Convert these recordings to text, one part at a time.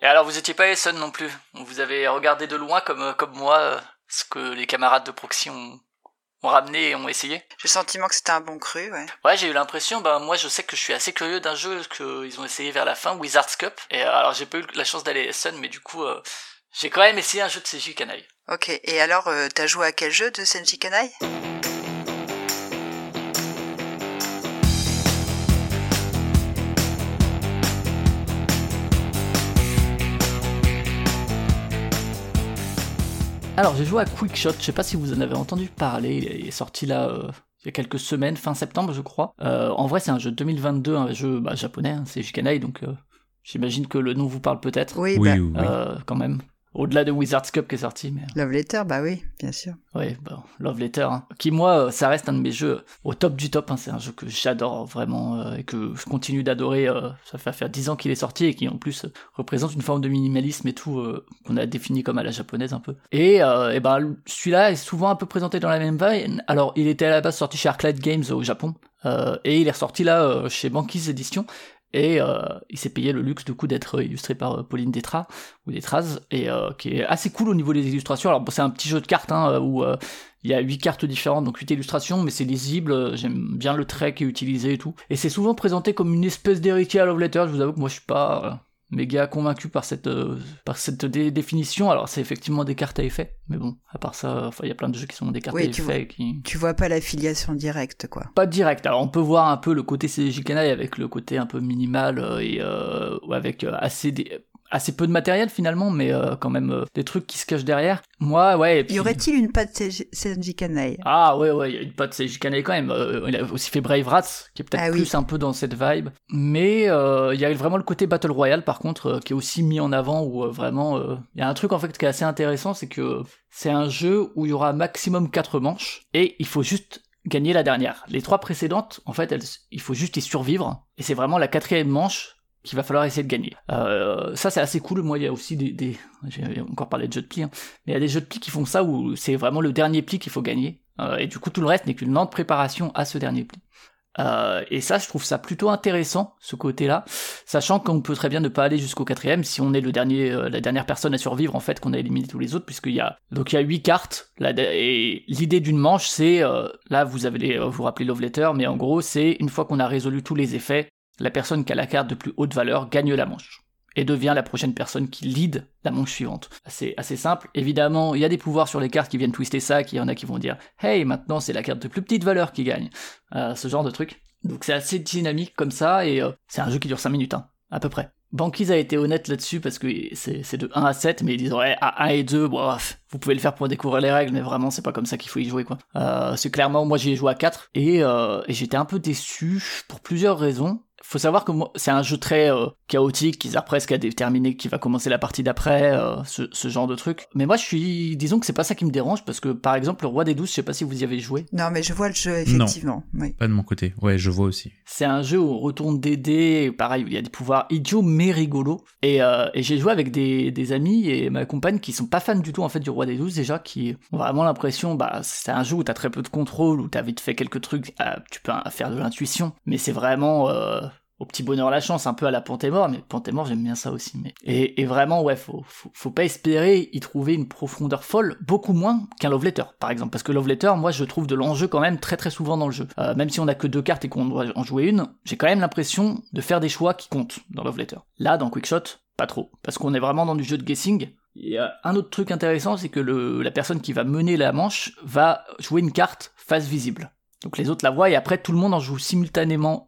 Et alors, vous étiez pas Essen non plus. Vous avez regardé de loin, comme moi, ce que les camarades de proxy ont ramené et ont essayé. J'ai le sentiment que c'était un bon cru, ouais. Ouais, j'ai eu l'impression, moi je sais que je suis assez curieux d'un jeu qu'ils ont essayé vers la fin, Wizard's Cup. Et alors, j'ai pas eu la chance d'aller à Essen, mais du coup, j'ai quand même essayé un jeu de Seiji Kanai. Ok, et alors, t'as joué à quel jeu de Seiji Kanai ? Alors, j'ai joué à Quickshot, je sais pas si vous en avez entendu parler, il est sorti là il y a quelques semaines, fin septembre je crois. En vrai c'est un jeu 2022, un jeu japonais, c'est Seiji Kanai, donc j'imagine que le nom vous parle peut-être. Oui. Quand même. Au-delà de Wizard's Cup qui est sorti. Mais... Love Letter, bah oui, bien sûr. Oui, Love Letter, qui moi, ça reste un de mes jeux au top du top, c'est un jeu que j'adore vraiment, et que je continue d'adorer, ça fait faire 10 ans qu'il est sorti, et qui en plus représente une forme de minimalisme et tout, qu'on a défini comme à la japonaise un peu. Et celui-là est souvent un peu présenté dans la même veine. Alors, il était à la base sorti chez Arclight Games au Japon, et il est ressorti là chez Banquise Edition. Et il s'est payé le luxe du coup d'être illustré par Pauline Détraz, ou Détraz, et qui est assez cool au niveau des illustrations. Alors c'est un petit jeu de cartes où il y a 8 cartes différentes, donc 8 illustrations, mais c'est lisible, j'aime bien le trait qui est utilisé et tout. Et c'est souvent présenté comme une espèce d'héritier à Love Letter, je vous avoue que moi je suis pas méga convaincu par cette définition. Alors c'est effectivement des cartes à effet, mais bon, à part ça, il y a plein de jeux qui sont des cartes à effet. Tu vois pas l'affiliation directe, quoi. Pas direct. Alors on peut voir un peu le côté Seiji Kanai avec le côté un peu minimal avec assez peu de matériel finalement, mais quand même des trucs qui se cachent derrière. Moi, ouais. Puis... Y aurait-il une patte Seiji Kanai ? Ah ouais, il y a une patte Seiji Kanai quand même. Il a aussi fait Brave Rats, qui est peut-être plus un peu dans cette vibe. Mais il y a vraiment le côté Battle Royale par contre, qui est aussi mis en avant, où vraiment... Il y a un truc en fait qui est assez intéressant, c'est que c'est un jeu où il y aura maximum 4 manches, et il faut juste gagner la dernière. Les 3 précédentes, en fait, il faut juste y survivre, et c'est vraiment la 4e manche qu'il va falloir essayer de gagner. Ça c'est assez cool. Moi il y a aussi j'ai encore parlé de jeux de pli, mais il y a des jeux de pli qui font ça où c'est vraiment le dernier pli qu'il faut gagner, et du coup tout le reste n'est qu'une lente préparation à ce dernier pli. Et ça je trouve ça plutôt intéressant, ce côté-là, sachant qu'on peut très bien ne pas aller jusqu'au 4e si on est la dernière personne à survivre en fait, qu'on a éliminé tous les autres, puisqu'il y a 8 cartes, et l'idée d'une manche c'est, là vous avez vous rappelez Love Letter, mais en gros c'est une fois qu'on a résolu tous les effets, la personne qui a la carte de plus haute valeur gagne la manche, et devient la prochaine personne qui lead la manche suivante. C'est assez simple. Évidemment, il y a des pouvoirs sur les cartes qui viennent twister ça, qu'il y en a qui vont dire « Hey, maintenant c'est la carte de plus petite valeur qui gagne », ce genre de truc. Donc c'est assez dynamique comme ça, et c'est un jeu qui dure 5 minutes, à peu près. Banquise a été honnête là-dessus, parce que c'est de 1 à 7, mais ils disent « Ouais, à 1 et 2, vous pouvez le faire pour découvrir les règles, mais vraiment c'est pas comme ça qu'il faut y jouer, quoi. » C'est clairement, moi j'y ai joué à 4, et j'étais un peu déçu pour plusieurs raisons. Faut savoir que moi, c'est un jeu très chaotique, qui a presque à déterminer qui va commencer la partie d'après, ce genre de truc. Mais moi, disons que c'est pas ça qui me dérange, parce que par exemple, le Roi des 12, je sais pas si vous y avez joué. Non, mais je vois le jeu, effectivement. Non, oui. Pas de mon côté. Ouais, je vois aussi. C'est un jeu où on retourne des dés, pareil, où il y a des pouvoirs idiots mais rigolos. Et j'ai joué avec des amis et ma compagne qui sont pas fans du tout en fait du Roi des 12 déjà, qui ont vraiment l'impression, c'est un jeu où t'as très peu de contrôle, où t'as vite fait quelques trucs, tu peux faire de l'intuition, mais c'est vraiment... au petit bonheur la chance, un peu à la Pantémort, mais Pantémort j'aime bien ça aussi. Et vraiment, ouais, faut pas espérer y trouver une profondeur folle, beaucoup moins qu'un Love Letter, par exemple. Parce que Love Letter, moi je trouve de l'enjeu quand même très très souvent dans le jeu. Même si on a que 2 cartes et qu'on doit en jouer une, j'ai quand même l'impression de faire des choix qui comptent dans Love Letter. Là, dans Quickshot, pas trop. Parce qu'on est vraiment dans du jeu de guessing. Il y a un autre truc intéressant, c'est que la personne qui va mener la manche va jouer une carte face visible. Donc les autres la voient et après tout le monde en joue simultanément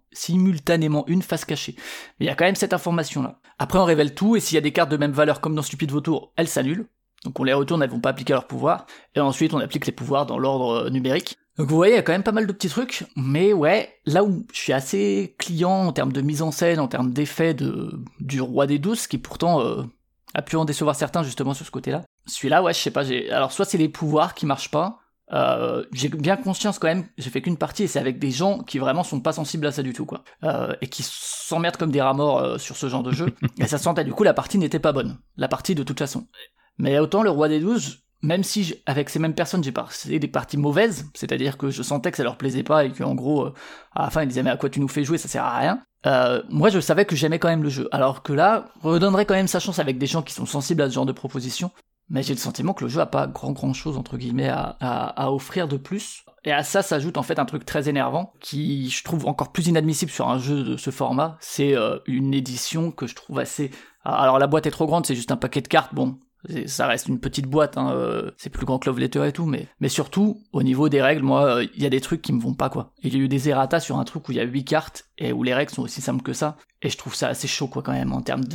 une face cachée. Mais il y a quand même cette information-là. Après on révèle tout, et s'il y a des cartes de même valeur comme dans Stupide Vautour, elles s'annulent. Donc on les retourne, elles vont pas appliquer leur pouvoir. Et ensuite on applique les pouvoirs dans l'ordre numérique. Donc vous voyez, il y a quand même pas mal de petits trucs. Mais ouais, là où je suis assez client en termes de mise en scène, en termes d'effet du Roi des 12, qui pourtant a pu en décevoir certains justement sur ce côté-là. Celui-là, ouais, je sais pas, alors soit c'est les pouvoirs qui marchent pas, j'ai bien conscience quand même, j'ai fait qu'une partie et c'est avec des gens qui vraiment sont pas sensibles à ça du tout, quoi, et qui s'emmerdent comme des rats morts sur ce genre de jeu, et ça se sentait, du coup la partie n'était pas bonne, la partie de toute façon. Mais autant le Roi des 12, même si avec ces mêmes personnes j'ai passé des parties mauvaises, c'est-à-dire que je sentais que ça leur plaisait pas et qu'en gros à la fin ils disaient mais à quoi tu nous fais jouer, ça sert à rien. Moi je savais que j'aimais quand même le jeu, alors que là je redonnerais quand même sa chance avec des gens qui sont sensibles à ce genre de propositions, mais j'ai le sentiment que le jeu a pas grand chose entre guillemets à offrir de plus. Et à ça s'ajoute en fait un truc très énervant qui je trouve encore plus inadmissible sur un jeu de ce format, c'est une édition que je trouve assez... Alors la boîte est trop grande, c'est juste un paquet de cartes, bon, ça reste une petite boîte, hein, c'est plus grand que Love Letter et tout, mais surtout, au niveau des règles, moi, il y a des trucs qui me vont pas, quoi. Il y a eu des errata sur un truc où il y a 8 cartes, et où les règles sont aussi simples que ça, et je trouve ça assez chaud, quoi, quand même, en termes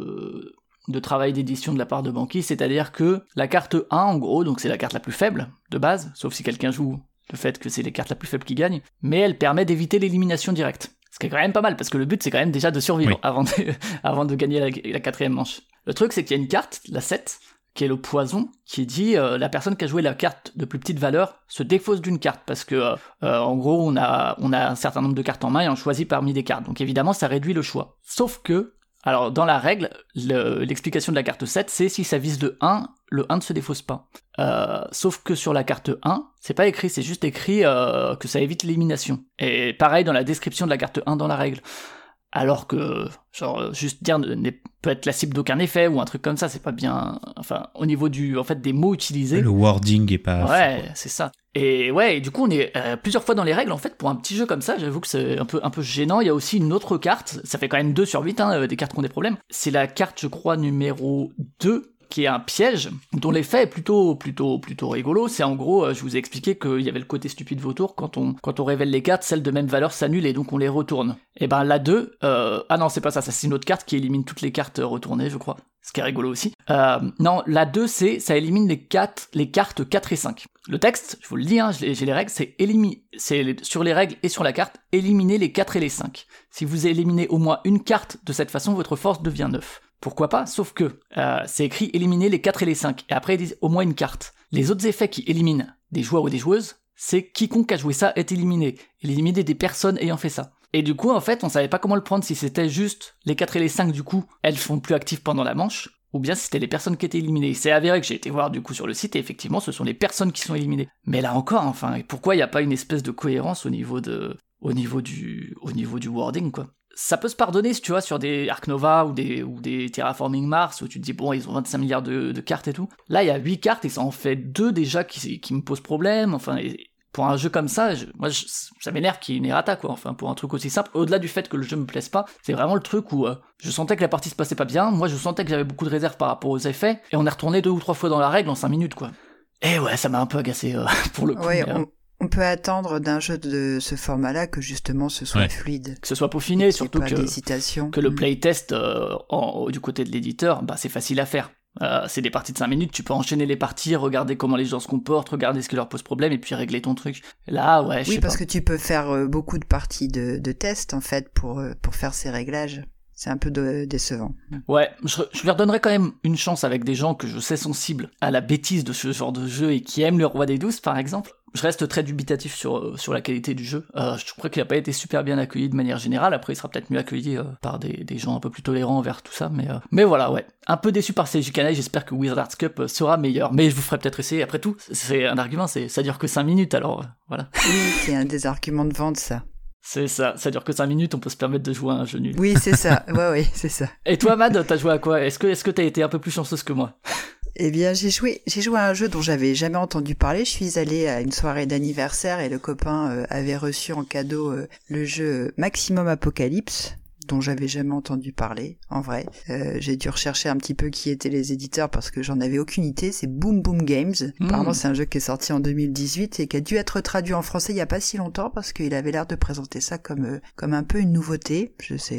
de travail d'édition de la part de Banqui, c'est-à-dire que la carte 1, en gros, donc c'est la carte la plus faible, de base, sauf si quelqu'un joue le fait que c'est les cartes la plus faibles qui gagnent, mais elle permet d'éviter l'élimination directe. Ce qui est quand même pas mal, parce que le but c'est quand même déjà de survivre avant de gagner la quatrième manche. Le truc c'est qu'il y a une carte, la 7, qui est le poison, qui dit la personne qui a joué la carte de plus petite valeur se défausse d'une carte, parce que en gros on a un certain nombre de cartes en main et on choisit parmi des cartes, donc évidemment ça réduit le choix. Sauf que, alors dans la règle, l'explication de la carte 7 c'est si ça vise le 1, le 1 ne se défausse pas. Sauf que sur la carte 1, c'est pas écrit, c'est juste écrit que ça évite l'élimination. Et pareil dans la description de la carte 1 dans la règle. Alors que, genre, juste dire peut être la cible d'aucun effet ou un truc comme ça, c'est pas bien. Enfin, au niveau des mots utilisés. Le wording est pas. Ouais, c'est ça. Et ouais, et du coup, on est plusieurs fois dans les règles. En fait, pour un petit jeu comme ça, j'avoue que c'est un peu gênant. Il y a aussi une autre carte, ça fait quand même 2 sur 8, hein, des cartes qui ont des problèmes. C'est la carte, je crois, numéro 2. Qui est un piège, dont l'effet est plutôt rigolo. C'est en gros, je vous ai expliqué qu'il y avait le côté stupide vautour, quand on révèle les cartes, celles de même valeur s'annulent et donc on les retourne. Et ben la 2, ah non c'est pas ça, c'est une autre carte qui élimine toutes les cartes retournées, je crois. Ce qui est rigolo aussi. Non, la 2 ça élimine les cartes 4 et 5. Le texte, je vous le dis, hein, j'ai les règles, c'est sur les règles et sur la carte, éliminer les 4 et les 5. Si vous éliminez au moins une carte de cette façon, votre force devient 9. Pourquoi pas, sauf que c'est écrit éliminer les 4 et les 5, et après ils disent au moins une carte. Les autres effets qui éliminent des joueurs ou des joueuses, c'est quiconque a joué ça est éliminé. Éliminer des personnes ayant fait ça. Et du coup, en fait, on savait pas comment le prendre, si c'était juste les 4 et les 5, du coup, elles sont plus actives pendant la manche, ou bien si c'était les personnes qui étaient éliminées. C'est avéré que j'ai été voir du coup sur le site, et effectivement, ce sont les personnes qui sont éliminées. Mais là encore, enfin, pourquoi il n'y a pas une espèce de cohérence au niveau du wording, quoi. Ça peut se pardonner, si tu vois, sur des Ark Nova ou des Terraforming Mars, où tu te dis, bon, ils ont 25 milliards de cartes et tout. Là, il y a 8 cartes, et ça en fait 2 déjà qui me posent problème. Enfin, pour un jeu comme ça, ça m'énerve qu'il y ait une errata, quoi. Enfin, pour un truc aussi simple, au-delà du fait que le jeu me plaise pas, c'est vraiment le truc où je sentais que la partie se passait pas bien, moi je sentais que j'avais beaucoup de réserves par rapport aux effets, et on est retourné 2 ou 3 fois dans la règle en 5 minutes, quoi. Et ouais, ça m'a un peu agacé, pour le coup. Ouais, on peut attendre d'un jeu de ce format-là que justement ce soit fluide. Que ce soit peaufiné, surtout que le playtest du côté de l'éditeur, bah c'est facile à faire. C'est des parties de 5 minutes, tu peux enchaîner les parties, regarder comment les gens se comportent, regarder ce qui leur pose problème et puis régler ton truc. Là, ouais, je sais pas. Oui, parce que tu peux faire beaucoup de parties de tests en fait pour faire ces réglages. C'est un peu décevant. Ouais, je leur donnerais quand même une chance avec des gens que je sais sensibles à la bêtise de ce genre de jeu et qui aiment le Roi des Douze, par exemple. Je reste très dubitatif sur la qualité du jeu. Je crois qu'il n'a pas été super bien accueilli de manière générale. Après, il sera peut-être mieux accueilli par des gens un peu plus tolérants envers tout ça. Mais voilà, ouais. Un peu déçu par CJ Canaille. J'espère que Wizards Cup sera meilleur. Mais je vous ferai peut-être essayer. Après tout, c'est un argument. Ça dure que 5 minutes, alors voilà. Oui, c'est un des arguments de vente, ça. C'est ça dure que 5 minutes, on peut se permettre de jouer à un jeu nul. Oui, c'est ça. Ouais, c'est ça. Et toi, Mad, t'as joué à quoi ? Est-ce que t'as été un peu plus chanceuse que moi ? Eh bien, j'ai joué à un jeu dont j'avais jamais entendu parler. Je suis allée à une soirée d'anniversaire et le copain avait reçu en cadeau le jeu Maximum Apocalypse, dont j'avais jamais entendu parler, en vrai. J'ai dû rechercher un petit peu qui étaient les éditeurs parce que j'en avais aucune idée. C'est Boom Boom Games. Apparemment, c'est un jeu qui est sorti en 2018 et qui a dû être traduit en français il y a pas si longtemps parce qu'il avait l'air de présenter ça comme un peu une nouveauté.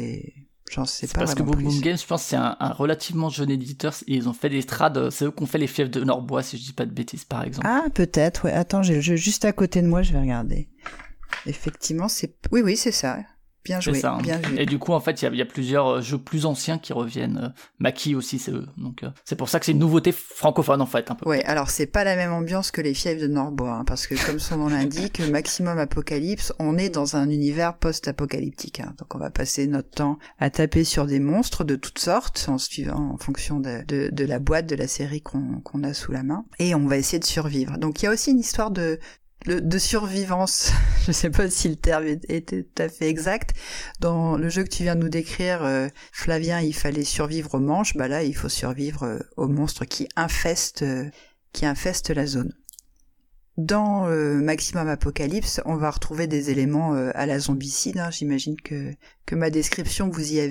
J'en sais pas parce que Boom Boom Games, je pense, c'est un relativement jeune éditeur. Ils ont fait des trades, c'est eux qui ont fait les fiefs de Norbois, si je dis pas de bêtises, par exemple. Ah, peut-être, ouais. Attends, j'ai le jeu juste à côté de moi, je vais regarder. Effectivement, oui, c'est ça. Bien joué, ça, hein. Bien vu. Et du coup, en fait, il y a plusieurs jeux plus anciens qui reviennent. Maki aussi, c'est eux. Donc, c'est pour ça que c'est une nouveauté francophone, en fait, un peu. Ouais, alors c'est pas la même ambiance que les Fièvres de Norbois, hein, parce que comme son nom l'indique, Maximum Apocalypse, on est dans un univers post-apocalyptique. Hein. Donc on va passer notre temps à taper sur des monstres de toutes sortes, en fonction de la boîte, de la série qu'on a sous la main. Et on va essayer de survivre. Donc il y a aussi une histoire de survivance. Je sais pas si le terme est tout à fait exact. Dans le jeu que tu viens de nous décrire, Flavien, il fallait survivre aux manches. Bah là, il faut survivre aux monstres qui infestent la zone. Dans Maximum Apocalypse, on va retrouver des éléments à la zombicide. Hein. J'imagine que ma description vous y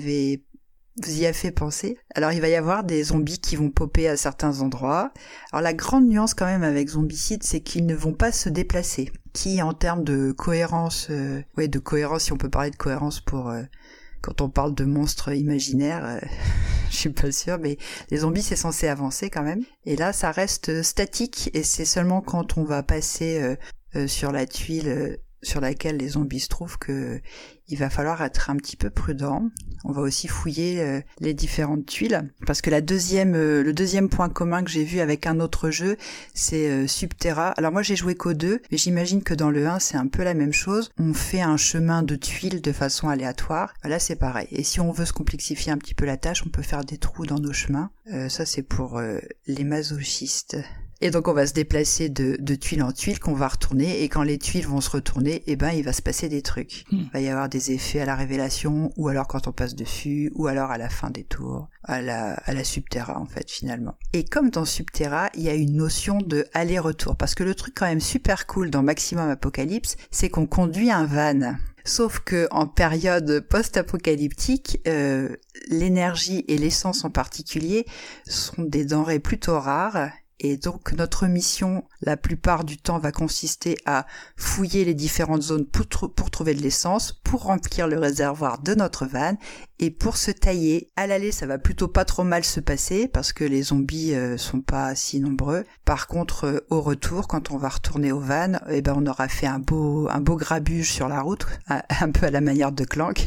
a fait penser. Alors il va y avoir des zombies qui vont popper à certains endroits. Alors la grande nuance quand même avec Zombicide, c'est qu'ils ne vont pas se déplacer. Qui en termes de cohérence, de cohérence, si on peut parler de cohérence pour quand on parle de monstres imaginaires, je suis pas sûre, mais les zombies c'est censé avancer quand même. Et là ça reste statique et c'est seulement quand on va passer sur la tuile sur laquelle les zombies se trouvent que il va falloir être un petit peu prudent. On va aussi fouiller les différentes tuiles parce que le deuxième point commun que j'ai vu avec un autre jeu, c'est Subterra. Alors moi j'ai joué qu'au 2, mais j'imagine que dans le 1 c'est un peu la même chose. On fait un chemin de tuiles de façon aléatoire. Là c'est pareil. Et si on veut se complexifier un petit peu la tâche, on peut faire des trous dans nos chemins. Ça c'est pour les masochistes. Et donc on va se déplacer de tuile en tuile qu'on va retourner, et quand les tuiles vont se retourner, il va se passer des trucs. Il va y avoir des effets à la révélation, ou alors quand on passe dessus, ou alors à la fin des tours, à la Subterra en fait finalement. Et comme dans Subterra, il y a une notion de aller-retour, parce que le truc quand même super cool dans Maximum Apocalypse, c'est qu'on conduit un van. Sauf que en période post-apocalyptique, l'énergie et l'essence en particulier sont des denrées plutôt rares. Et donc notre mission, la plupart du temps, va consister à fouiller les différentes zones pour trouver de l'essence, pour remplir le réservoir de notre van et pour se tailler. À l'aller, ça va plutôt pas trop mal se passer parce que les zombies sont pas si nombreux. Par contre, au retour, quand on va retourner au van, on aura fait un beau grabuge sur la route, un peu à la manière de Clank.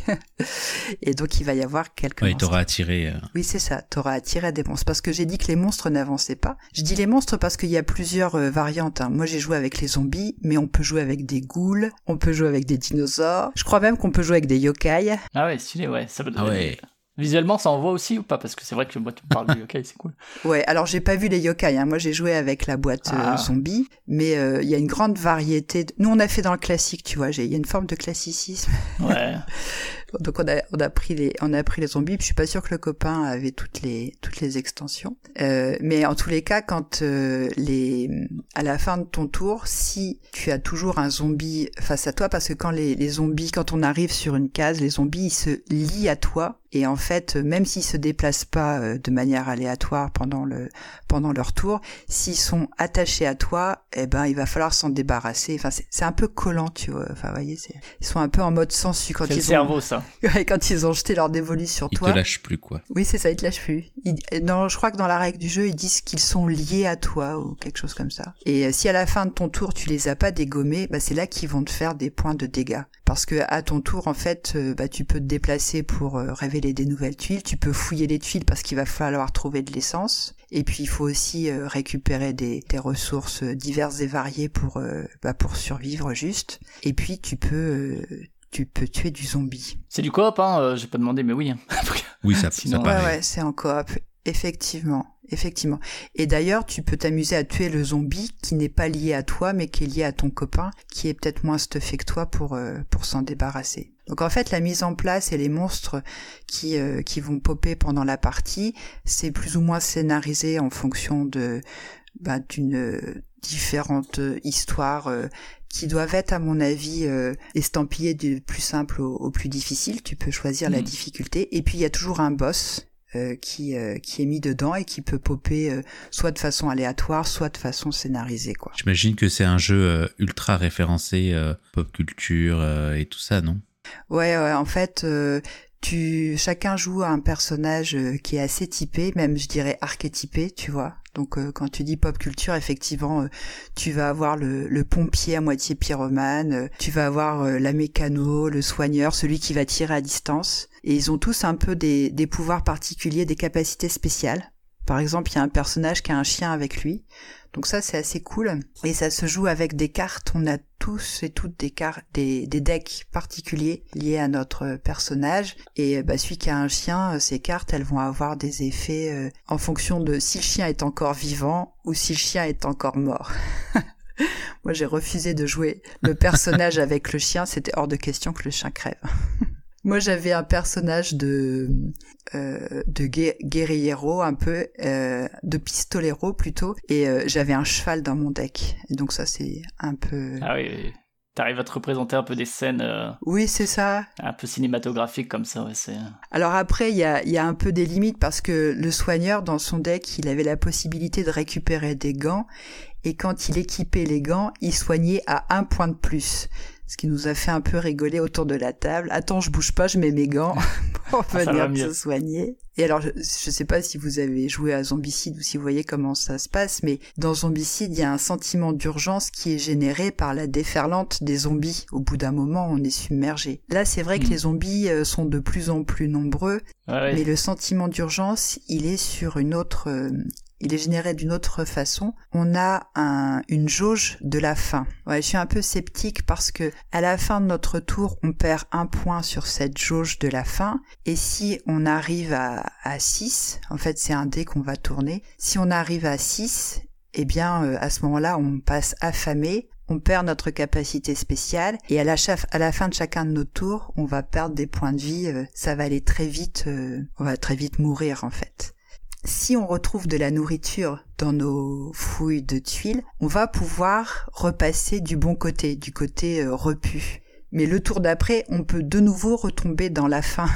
Et donc il va y avoir quelques monstres. T'auras attiré. Oui, c'est ça, t'auras attiré des monstres. Parce que j'ai dit que les monstres n'avançaient pas. Je dis les monstres parce qu'il y a plusieurs variantes. Hein. Moi, j'ai joué avec les zombies, mais on peut jouer avec des ghouls, on peut jouer avec des dinosaures. Je crois même qu'on peut jouer avec des yokai. Ah ouais, stylé, ouais. Ça peut... Ah ouais. Visuellement, ça envoie aussi ou pas? Parce que c'est vrai que moi, tu me parles de yokai, c'est cool. Ouais, alors j'ai pas vu les yokai, hein. Moi j'ai joué avec la boîte zombie, mais il y a une grande variété. Nous on a fait dans le classique, tu vois, il y a une forme de classicisme. Ouais. Donc on a pris les zombies, puis je suis pas sûre que le copain avait toutes les extensions. Mais en tous les cas, quand à la fin de ton tour, si tu as toujours un zombie face à toi, parce que quand les zombies, quand on arrive sur une case, les zombies ils se lient à toi. Et en fait, même s'ils se déplacent pas de manière aléatoire pendant leur tour, s'ils sont attachés à toi, il va falloir s'en débarrasser. Enfin, c'est un peu collant, tu vois. Enfin, vous voyez, ils sont un peu en mode sensu quand c'est le cerveau, ça. Ouais, quand ils ont jeté leur dévolu sur toi. Ils te lâchent plus, quoi. Oui, c'est ça, ils te lâchent plus. Je crois que dans la règle du jeu, ils disent qu'ils sont liés à toi ou quelque chose comme ça. Et si à la fin de ton tour, tu les as pas dégommés, c'est là qu'ils vont te faire des points de dégâts. Parce que à ton tour, en fait, tu peux te déplacer pour révéler des nouvelles tuiles. Tu peux fouiller les tuiles parce qu'il va falloir trouver de l'essence. Et puis il faut aussi récupérer des ressources diverses et variées pour survivre juste. Et puis tu peux tuer du zombie. C'est du coop, hein. J'ai pas demandé, mais oui. Hein. Oui, ça paraît. Ouais, c'est en coop. Effectivement. Et d'ailleurs, tu peux t'amuser à tuer le zombie qui n'est pas lié à toi, mais qui est lié à ton copain, qui est peut-être moins stuffé que toi pour s'en débarrasser. Donc en fait, la mise en place et les monstres qui vont popper pendant la partie, c'est plus ou moins scénarisé en fonction d'une différentes histoires qui doivent être, à mon avis, estampillées du plus simple au plus difficile. Tu peux choisir la difficulté. Et puis il y a toujours un boss qui est mis dedans et qui peut popper soit de façon aléatoire, soit de façon scénarisée, quoi. J'imagine que c'est un jeu ultra référencé pop culture et tout ça, non? Ouais, en fait, Chacun joue un personnage qui est assez typé, même je dirais archétypé, tu vois. Donc quand tu dis pop culture, effectivement, tu vas avoir le pompier à moitié pyromane, tu vas avoir la mécano, le soigneur, celui qui va tirer à distance. Et ils ont tous un peu des pouvoirs particuliers, des capacités spéciales. Par exemple, il y a un personnage qui a un chien avec lui. Donc ça, c'est assez cool. Et ça se joue avec des cartes. On a tous et toutes des decks particuliers liés à notre personnage. Et celui qui a un chien, ces cartes, elles vont avoir des effets en fonction de si le chien est encore vivant ou si le chien est encore mort. Moi, j'ai refusé de jouer le personnage avec le chien. C'était hors de question que le chien crève. Moi, j'avais un personnage de guerriero un peu, de pistolero plutôt, et j'avais un cheval dans mon deck. Et donc ça, c'est un peu... Ah oui, t'arrives à te représenter un peu des scènes... Oui, c'est ça. Un peu cinématographiques comme ça, ouais, c'est... Alors après, il y a un peu des limites, parce que le soigneur, dans son deck, il avait la possibilité de récupérer des gants, et quand il équipait les gants, il soignait à 1 point de plus. Ce qui nous a fait un peu rigoler autour de la table. Attends, je bouge pas, je mets mes gants pour venir se soigner. Et alors, je sais pas si vous avez joué à Zombicide ou si vous voyez comment ça se passe, mais dans Zombicide, il y a un sentiment d'urgence qui est généré par la déferlante des zombies. Au bout d'un moment, on est submergé. Là, c'est vrai que les zombies sont de plus en plus nombreux, mais le sentiment d'urgence, il est sur une autre... il est généré d'une autre façon. On a une jauge de la faim. Ouais, je suis un peu sceptique parce que à la fin de notre tour, on perd 1 point sur cette jauge de la faim. Et si on arrive à 6, en fait c'est un dé qu'on va tourner, si on arrive à 6, eh bien à ce moment-là on passe affamé, on perd notre capacité spéciale et à la fin de chacun de nos tours, on va perdre des points de vie, ça va aller très vite, on va très vite mourir en fait. Si on retrouve de la nourriture dans nos fouilles de tuiles, on va pouvoir repasser du bon côté, du côté repu. Mais le tour d'après, on peut de nouveau retomber dans la faim.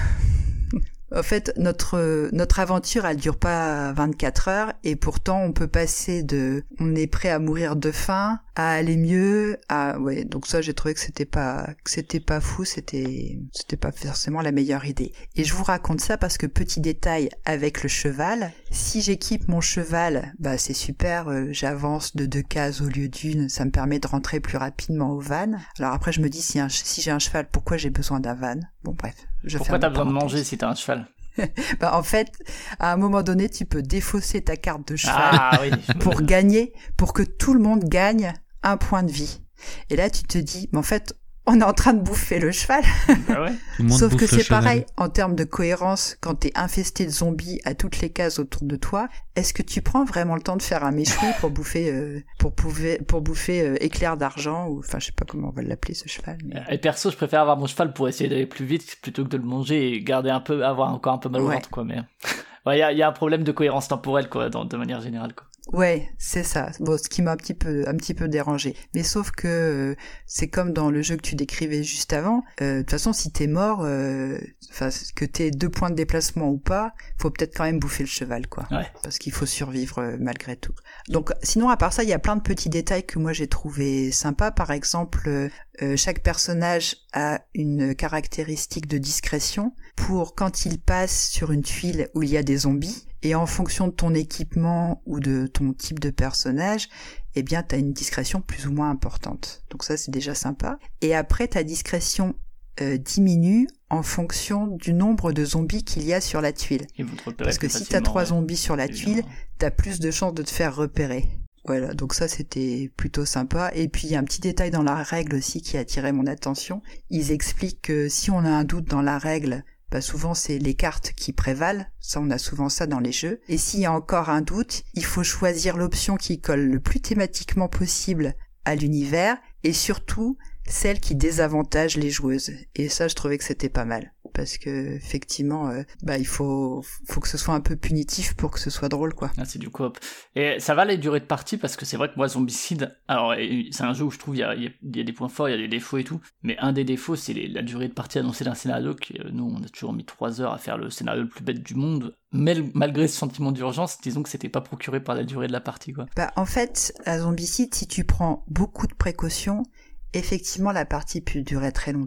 En fait, notre aventure, elle dure pas 24 heures et pourtant on peut passer on est prêt à mourir de faim, à aller mieux, ouais, donc ça j'ai trouvé que c'était pas fou, c'était pas forcément la meilleure idée. Et je vous raconte ça parce que petit détail avec le cheval, si j'équipe mon cheval, c'est super, j'avance de 2 cases au lieu d'une, ça me permet de rentrer plus rapidement au van. Alors après je me dis si j'ai un cheval, pourquoi j'ai besoin d'un van? Bon bref. Pourquoi t'as besoin de manger si t'as un cheval? En fait, à un moment donné, tu peux défausser ta carte de cheval pour que tout le monde gagne 1 point de vie. Et là, tu te dis, mais en fait, on est en train de bouffer le cheval. Ah ouais. Sauf que c'est pareil, en termes de cohérence, quand t'es infesté de zombies à toutes les cases autour de toi, est-ce que tu prends vraiment le temps de faire un méchoui pour bouffer, éclair d'argent, ou, enfin, je sais pas comment on va l'appeler, ce cheval. Mais... Et perso, je préfère avoir mon cheval pour essayer d'aller plus vite plutôt que de le manger et avoir encore un peu mal au ventre, quoi, mais... Il y a un problème de cohérence temporelle, quoi, de manière générale, quoi. Ouais, c'est ça. Bon, ce qui m'a un petit peu dérangé. Mais sauf que c'est comme dans le jeu que tu décrivais juste avant. De toute façon, si t'es mort, que t'aies 2 points de déplacement ou pas, faut peut-être quand même bouffer le cheval, quoi. Ouais. Parce qu'il faut survivre malgré tout. Donc, sinon, à part ça, il y a plein de petits détails que moi j'ai trouvé sympas. Par exemple, chaque personnage a une caractéristique de discrétion pour quand il passe sur une tuile où il y a des zombies. Et en fonction de ton équipement ou de ton type de personnage, eh bien, t'as une discrétion plus ou moins importante. Donc ça, c'est déjà sympa. Et après, ta discrétion diminue en fonction du nombre de zombies qu'il y a sur la tuile. Parce que si t'as 3 zombies sur la tuile, t'as plus de chances de te faire repérer. Voilà, donc ça c'était plutôt sympa. Et puis il y a un petit détail dans la règle aussi qui a attiré mon attention. Ils expliquent que si on a un doute dans la règle, souvent c'est les cartes qui prévalent, ça on a souvent ça dans les jeux. Et s'il y a encore un doute, il faut choisir l'option qui colle le plus thématiquement possible à l'univers et surtout celle qui désavantage les joueuses. Et ça je trouvais que c'était pas mal. Parce que effectivement, il faut que ce soit un peu punitif pour que ce soit drôle, quoi. Ah, c'est du coop. Et ça va les durées de partie parce que c'est vrai que moi Zombicide, alors c'est un jeu où je trouve il y a des points forts, il y a des défauts et tout, mais un des défauts c'est la durée de partie annoncée d'un scénario qui nous on a toujours mis 3 heures à faire le scénario le plus bête du monde, mais malgré ce sentiment d'urgence, disons que c'était pas procuré par la durée de la partie, quoi. En fait, à Zombicide, si tu prends beaucoup de précautions, effectivement la partie peut durer très longtemps.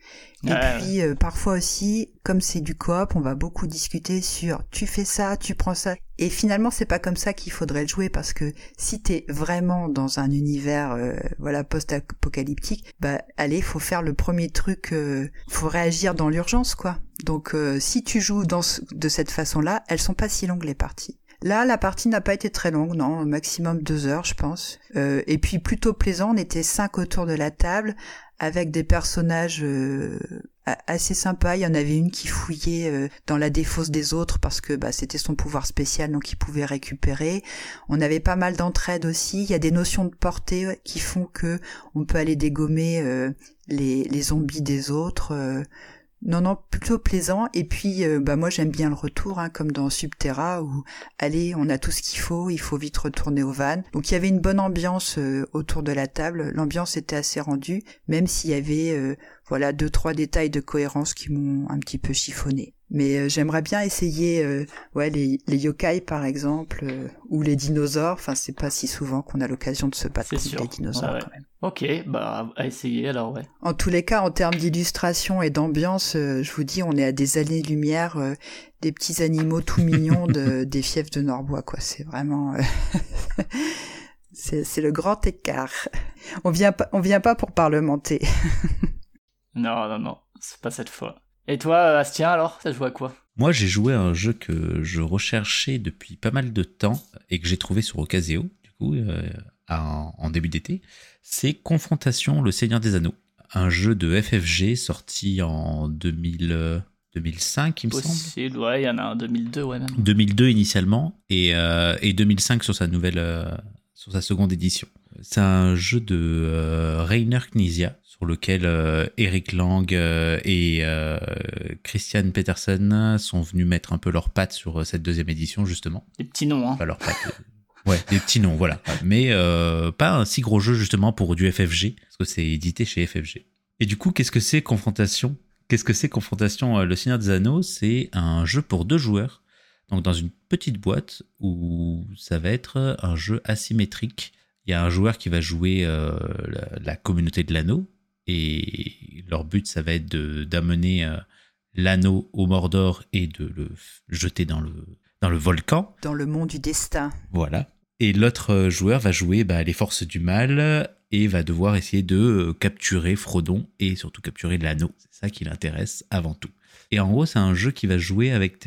Et puis parfois aussi, comme c'est du coop, on va beaucoup discuter sur tu fais ça, tu prends ça. Et finalement, c'est pas comme ça qu'il faudrait le jouer, parce que si t'es vraiment dans un univers post-apocalyptique, allez, faut faire le premier truc, faut réagir dans l'urgence, quoi. Donc si tu joues de cette façon-là, elles sont pas si longues les parties. Là, la partie n'a pas été très longue, non, au maximum 2 heures, je pense. Et puis plutôt plaisant, on était 5 autour de la table, avec des personnages assez sympas. Il y en avait une qui fouillait dans la défausse des autres parce que c'était son pouvoir spécial, donc il pouvait récupérer. On avait pas mal d'entraide aussi. Il y a des notions de portée qui font que on peut aller dégommer les zombies des autres. Non, plutôt plaisant. Et puis, moi, j'aime bien le retour, comme dans Subterra, où, allez, on a tout ce qu'il faut vite retourner au van. Donc, il y avait une bonne ambiance autour de la table. L'ambiance était assez rendue, même s'il y avait, 2-3 détails de cohérence qui m'ont un petit peu chiffonné. Mais j'aimerais bien essayer, les yokai, par exemple, ou les dinosaures. Enfin, c'est pas si souvent qu'on a l'occasion de se battre contre les dinosaures, quand même. Ok, à essayer alors, ouais. En tous les cas, en termes d'illustration et d'ambiance, je vous dis, on est à des années-lumière des petits animaux tout mignons des fiefs de Norbois, quoi. C'est vraiment... c'est le grand écart. On vient pas pour parlementer. Non, c'est pas cette fois. Et toi, Astien, alors, ça joue à quoi ? Moi, j'ai joué à un jeu que je recherchais depuis pas mal de temps et que j'ai trouvé sur Ocaseo, du coup, en début d'été. C'est Confrontation, le Seigneur des Anneaux. Un jeu de FFG sorti en 2005, il me semble. Possible, ouais, il y en a un 2002, ouais, même. 2002 initialement et 2005 sur sa seconde édition. C'est un jeu de Rainer Knizia, sur lequel Eric Lang et Christian Petersen sont venus mettre un peu leurs pattes sur cette deuxième édition, justement. Des petits noms, hein. Pas leurs pattes. Ouais, des petits noms, voilà. Mais pas un si gros jeu, justement, pour du FFG, parce que c'est édité chez FFG. Et du coup, qu'est-ce que c'est Confrontation, le Seigneur des Anneaux? C'est un jeu pour 2 joueurs, donc dans une petite boîte où ça va être un jeu asymétrique. Il y a un joueur qui va jouer la communauté de l'anneau, et leur but, ça va être d'amener l'anneau au Mordor et de le jeter dans le volcan. Dans le mont du destin. Voilà. Et l'autre joueur va jouer les forces du mal et va devoir essayer de capturer Frodon et surtout capturer l'anneau. C'est ça qui l'intéresse avant tout. Et en gros, c'est un jeu qui va jouer avec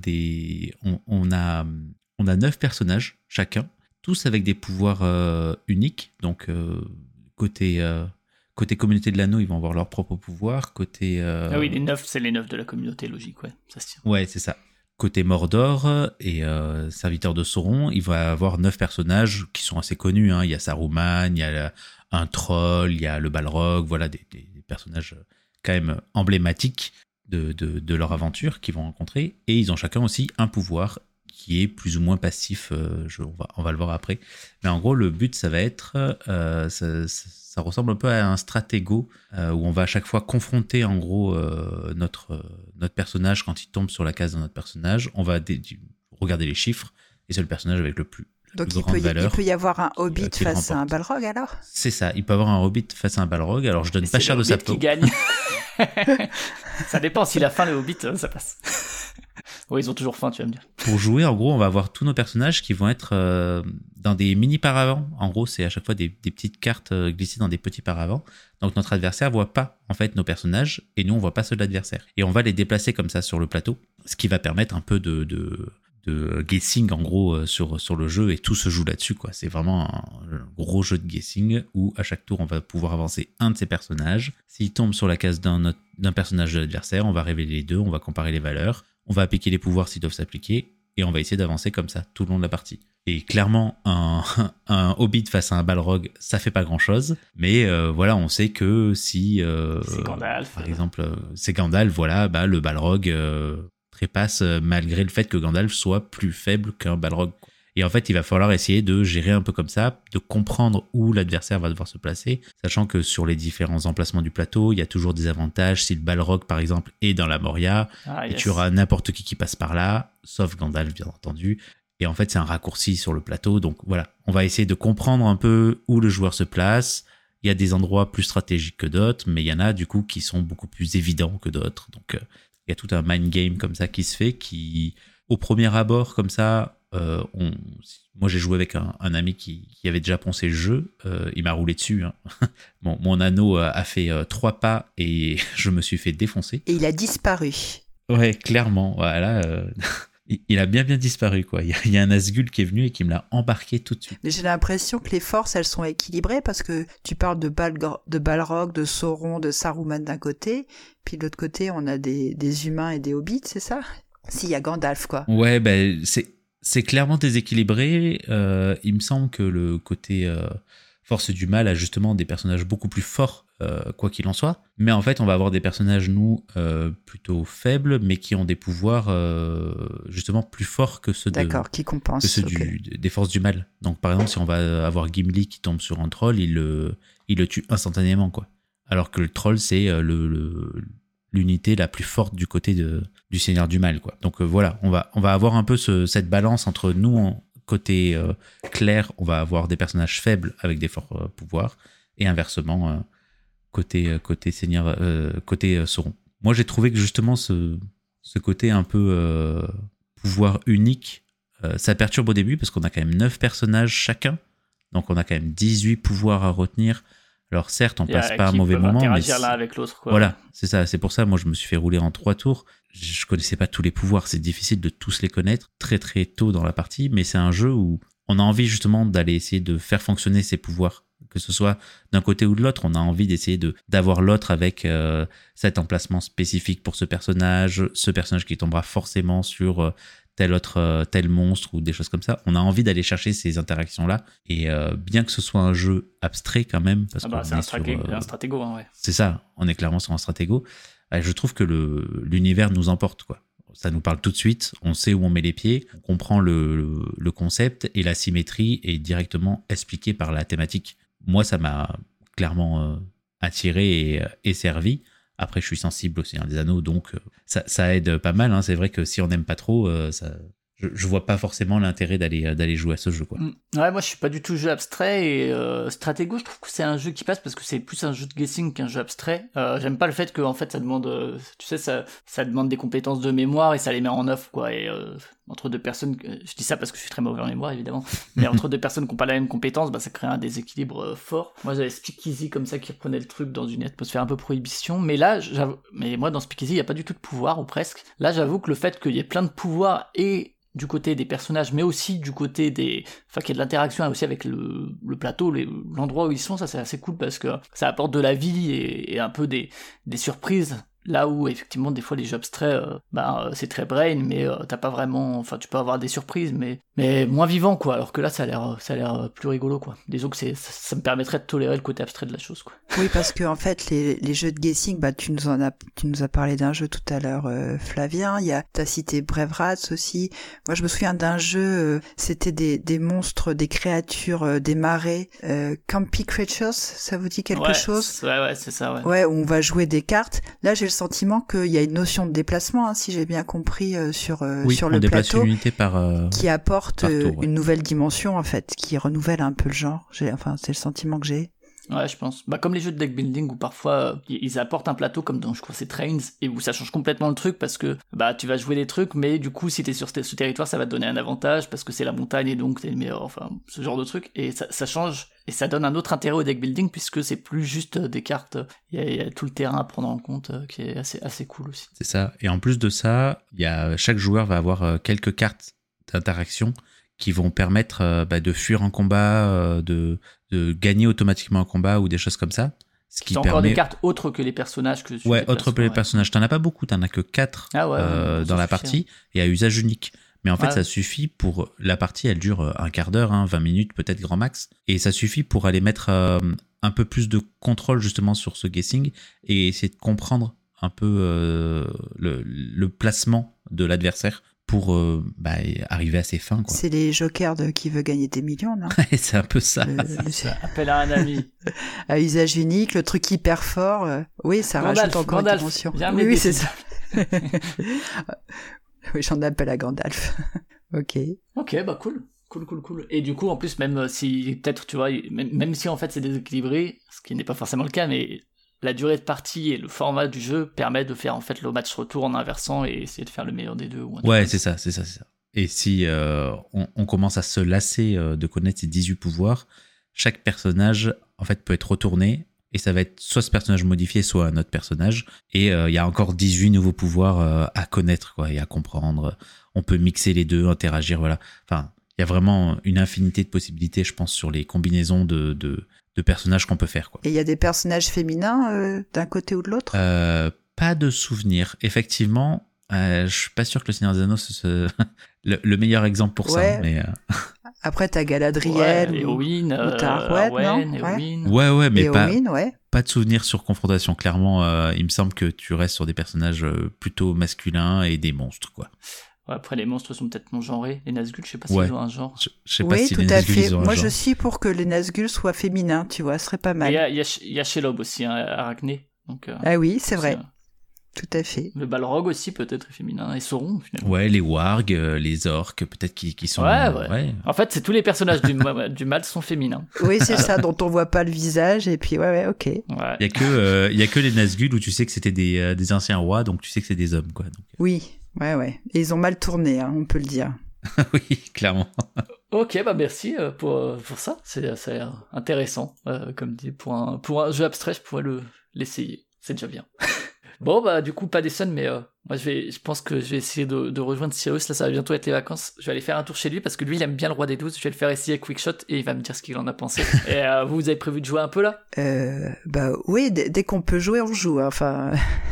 on a 9 personnages chacun, tous avec des pouvoirs uniques. Donc, côté communauté de l'anneau, ils vont avoir leur propre pouvoir. Côté... Ah oui, les 9, c'est les 9 de la communauté, logique, ouais, ça se tient. Ouais, c'est ça. Côté Mordor et serviteur de Sauron, il va avoir 9 personnages qui sont assez connus. Il y a Saruman, il y a un troll, il y a le Balrog, voilà, des personnages quand même emblématiques de leur aventure qu'ils vont rencontrer. Et ils ont chacun aussi un pouvoir qui est plus ou moins passif, on va le voir après. Mais en gros, le but, ça va être... ça ressemble un peu à un stratégo où on va à chaque fois confronter en gros notre personnage quand il tombe sur la case de notre personnage. On va regarder les chiffres et c'est le personnage avec le plus grande valeur. Donc il peut y avoir un hobbit face à un balrog alors ? C'est ça, il peut avoir un hobbit face à un balrog. Alors je donne pas cher de sa peau. Qui gagne. Ça dépend, s'il a faim le hobbit, ça passe. Oui, ils ont toujours faim, tu vas me dire. Pour jouer, en gros, on va avoir tous nos personnages qui vont être dans des mini paravents. En gros, c'est à chaque fois des petites cartes glissées dans des petits paravents. Donc notre adversaire voit pas en fait nos personnages et nous on voit pas ceux de l'adversaire. Et on va les déplacer comme ça sur le plateau, ce qui va permettre un peu de guessing en gros sur le jeu, et tout se joue là-dessus, quoi. C'est vraiment un gros jeu de guessing où à chaque tour on va pouvoir avancer un de ces personnages. S'il tombe sur la case d'un personnage de l'adversaire, on va révéler les deux, on va comparer les valeurs, on va appliquer les pouvoirs s'ils doivent s'appliquer, et on va essayer d'avancer comme ça tout le long de la partie. Et clairement, un hobbit face à un balrog, ça fait pas grand-chose, mais voilà, on sait que si c'est Gandalf, par exemple, c'est Gandalf, voilà, le balrog trépasse malgré le fait que Gandalf soit plus faible qu'un balrog. Et en fait, il va falloir essayer de gérer un peu comme ça, de comprendre où l'adversaire va devoir se placer, sachant que sur les différents emplacements du plateau, il y a toujours des avantages. Si le balrog, par exemple, est dans la Moria, et tu auras n'importe qui passe par là, sauf Gandalf, bien entendu. Et en fait, c'est un raccourci sur le plateau. Donc voilà, on va essayer de comprendre un peu où le joueur se place. Il y a des endroits plus stratégiques que d'autres, mais il y en a du coup qui sont beaucoup plus évidents que d'autres. Donc il y a tout un mind game comme ça qui se fait, qui au premier abord comme ça, moi j'ai joué avec un ami qui avait déjà poncé le jeu, il m'a roulé dessus. Hein. Bon, mon anneau a fait 3 pas et je me suis fait défoncer. Et il a disparu. Ouais, clairement. Voilà. Il a bien disparu, quoi. Il y a un Nazgûl qui est venu et qui me l'a embarqué tout de suite. Mais j'ai l'impression que les forces, elles sont équilibrées parce que tu parles de Balrog, de Sauron, de Saruman d'un côté, puis de l'autre côté, on a des humains et des hobbits, c'est ça? Si, il y a Gandalf, quoi. Ouais, ben, c'est clairement déséquilibré. Il me semble que le côté Force du Mal a justement des personnages beaucoup plus forts, quoi qu'il en soit. Mais en fait, on va avoir des personnages, nous, plutôt faibles, mais qui ont des pouvoirs justement plus forts que ceux, qui compensent, que ceux des Forces du Mal. Donc, par exemple, si on va avoir Gimli qui tombe sur un troll, il le tue instantanément, quoi. Alors que le troll, c'est l'unité la plus forte du côté du Seigneur du Mal, quoi. Donc voilà, on va avoir un peu cette balance entre nous, côté clair, on va avoir des personnages faibles avec des forts pouvoirs, et inversement, côté Seigneur, côté Sauron. Moi, j'ai trouvé que justement ce côté un peu pouvoir unique, ça perturbe au début parce qu'on a quand même 9 personnages chacun, donc on a quand même 18 pouvoirs à retenir. Alors certes, on passe pas un mauvais moment, mais l'un avec l'autre, quoi. Voilà, c'est ça. C'est pour ça, moi, je me suis fait rouler en 3 tours. Je connaissais pas tous les pouvoirs. C'est difficile de tous les connaître très très tôt dans la partie, mais c'est un jeu où on a envie justement d'aller essayer de faire fonctionner ses pouvoirs, que ce soit d'un côté ou de l'autre. On a envie d'essayer d'avoir l'autre avec cet emplacement spécifique pour ce personnage qui tombera forcément sur tel monstre ou des choses comme ça. On a envie d'aller chercher ces interactions-là. Et bien que ce soit un jeu abstrait quand même, parce que c'est un stratégo, hein, ouais. C'est ça, on est clairement sur un stratégo. Je trouve que l'univers nous emporte, quoi. Ça nous parle tout de suite, on sait où on met les pieds, on comprend le concept et la symétrie est directement expliquée par la thématique. Moi, ça m'a clairement attiré et servi. Après, je suis sensible au Seigneur des Anneaux, donc ça aide pas mal. Hein. C'est vrai que si on n'aime pas trop, je vois pas forcément l'intérêt d'aller jouer à ce jeu, quoi. Ouais, moi je suis pas du tout jeu abstrait et Stratego, je trouve que c'est un jeu qui passe parce que c'est plus un jeu de guessing qu'un jeu abstrait. J'aime pas le fait que en fait ça demande, tu sais, ça demande des compétences de mémoire et ça les met en œuvre, quoi. Et entre deux personnes, je dis ça parce que je suis très mauvais en mémoire évidemment, mais entre deux personnes qui ont pas la même compétence, ça crée un déséquilibre fort. Moi j'avais Speakeasy comme ça qui reprenait le truc dans une atmosphère un peu prohibition, mais là, mais moi dans Speakeasy il y a pas du tout de pouvoir ou presque. Là j'avoue que le fait qu'il y ait plein de pouvoirs et du côté des personnages, mais aussi du côté qu'il y ait de l'interaction aussi avec le plateau, l'endroit où ils sont, ça c'est assez cool parce que ça apporte de la vie et un peu des surprises. Là où effectivement des fois les jeux abstraits c'est très brain mais t'as pas vraiment, enfin tu peux avoir des surprises mais moins vivant, quoi, alors que là ça a l'air plus rigolo, quoi. Disons que ça me permettrait de tolérer le côté abstrait de la chose, quoi. Oui, parce que en fait les jeux de guessing, tu nous as parlé d'un jeu tout à l'heure, Flavien, t'as cité Brave Rats aussi. Moi je me souviens d'un jeu, c'était des monstres, des créatures, des marais, Campy Creatures, ça vous dit quelque chose? Ouais, c'est ça, ouais. Ouais, où on va jouer des cartes. Là j'ai le sentiment qu'il y a une notion de déplacement, hein, si j'ai bien compris, sur le plateau, une unité qui apporte une nouvelle dimension, en fait, qui renouvelle un peu le genre. C'est le sentiment que j'ai. Ouais, je pense. Comme les jeux de deck building où parfois ils apportent un plateau comme dans, je crois, c'est Trains, et où ça change complètement le truc parce que tu vas jouer des trucs, mais du coup si t'es sur ce territoire ça va te donner un avantage parce que c'est la montagne et donc t'es le meilleur, enfin ce genre de truc, et ça change et ça donne un autre intérêt au deck building puisque c'est plus juste des cartes, il y a tout le terrain à prendre en compte qui est assez cool aussi. C'est ça, et en plus de ça, chaque joueur va avoir quelques cartes d'interaction qui vont permettre de fuir en combat, de gagner automatiquement un combat ou des choses comme ça. C'est encore des cartes autres que les personnages que tu déplaces, autres que les personnages. T'en as pas beaucoup, t'en as que 4 dans la partie et à usage unique. Mais en fait, ça suffit pour... La partie, elle dure un quart d'heure, 20 minutes, peut-être grand max. Et ça suffit pour aller mettre un peu plus de contrôle justement sur ce guessing et essayer de comprendre un peu le placement de l'adversaire pour arriver à ses fins, quoi. C'est les jokers de Qui veut gagner des millions, non? C'est un peu ça. Appel à un ami. À usage unique, le truc hyper fort. Oui, ça rajoute encore une dimension. Oui, c'est ça. Oui, j'en appelle à Gandalf. Ok, cool. Cool. Et du coup, en plus, même si, peut-être, tu vois, même si en fait c'est déséquilibré, ce qui n'est pas forcément le cas, mais la durée de partie et le format du jeu permet de faire en fait le match retour en inversant et essayer de faire le meilleur des deux. Ouais, c'est ça. Et si on commence à se lasser de connaître ces 18 pouvoirs, chaque personnage, en fait, peut être retourné, et ça va être soit ce personnage modifié, soit un autre personnage, et il y a encore 18 nouveaux pouvoirs à connaître, quoi, et à comprendre. On peut mixer les deux, interagir, voilà. Enfin, il y a vraiment une infinité de possibilités, je pense, sur les combinaisons de personnages qu'on peut faire, quoi. Et il y a des personnages féminins d'un côté ou de l'autre ? Pas de souvenir. Effectivement, je suis pas sûr que le Seigneur des Anneaux soit le meilleur exemple pour ça. Mais après, t'as Galadriel Éowyn, ou t'as Arwen, non Ouais, mais Éowyn, pas de souvenir sur confrontation. Clairement, il me semble que tu restes sur des personnages plutôt masculins et des monstres, quoi. Ouais, après, les monstres sont peut-être non genrés. Les Nazgûl, je sais pas s'ils ont un genre. Je sais pas si les Nazgûl, ils ont un genre. Moi, je suis pour que les Nazgûl soient féminins, tu vois, ce serait pas mal. Il y a Shelob aussi, Arachné. Donc, ah oui, c'est vrai. Tout à fait. Le Balrog aussi, peut-être, est féminin. Et Sauron, finalement. Ouais, les wargs, les orques, peut-être qui sont... Ouais. En fait, c'est tous les personnages du mal sont féminins. Oui, c'est ça, dont on voit pas le visage, et puis ok. Ouais. Il y a que les Nazgûl où tu sais que c'était des anciens rois, donc tu sais que c'est des hommes, quoi. Donc... Oui, ouais. Et ils ont mal tourné, hein, on peut le dire. Oui, clairement. Ok, merci pour ça. C'est intéressant. Comme dit, pour un jeu abstrait, je pourrais l'essayer. C'est déjà bien. Bon, du coup, pas des Sun, mais moi, je pense que je vais essayer de rejoindre Cyrus. Là, ça va bientôt être les vacances. Je vais aller faire un tour chez lui parce que lui, il aime bien le Roi des 12. Je vais le faire essayer Quickshot et il va me dire ce qu'il en a pensé. Et vous avez prévu de jouer un peu là ? Oui, dès qu'on peut jouer, on joue. Enfin,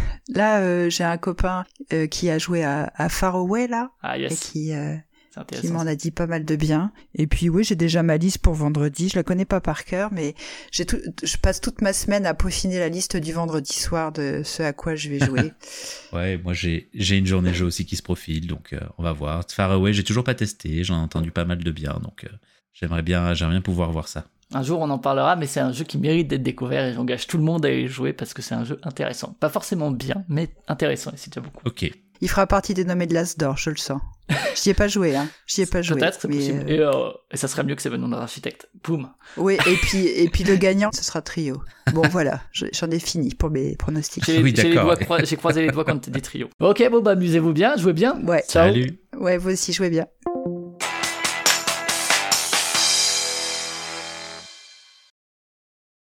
là, j'ai un copain qui a joué à Far Away, là. Ah, yes. Et qui m'en a dit pas mal de bien. Et puis oui, j'ai déjà ma liste pour vendredi. Je la connais pas par cœur, mais je passe toute ma semaine à peaufiner la liste du vendredi soir de ce à quoi je vais jouer. Ouais, moi j'ai une journée jeu aussi qui se profile, donc on va voir. Far Away, j'ai toujours pas testé, j'en ai entendu pas mal de bien, donc j'aimerais bien pouvoir voir ça. Un jour on en parlera, mais c'est un jeu qui mérite d'être découvert et j'engage tout le monde à y jouer parce que c'est un jeu intéressant. Pas forcément bien, mais intéressant, et c'est déjà beaucoup. Ok. Il fera partie des nommés de l'As d'or, je le sens. J'y ai pas joué, hein. Peut-être, c'est possible. Et ça serait mieux que Seven Wonders Architect. Boum. Oui, et puis le gagnant, ce sera Trio. Bon, voilà, j'en ai fini pour mes pronostics. J'ai croisé les doigts quand t'as dit Trio. Ok, amusez-vous bien, jouez bien. Ouais. Ciao. Salut. Ouais, vous aussi, jouez bien.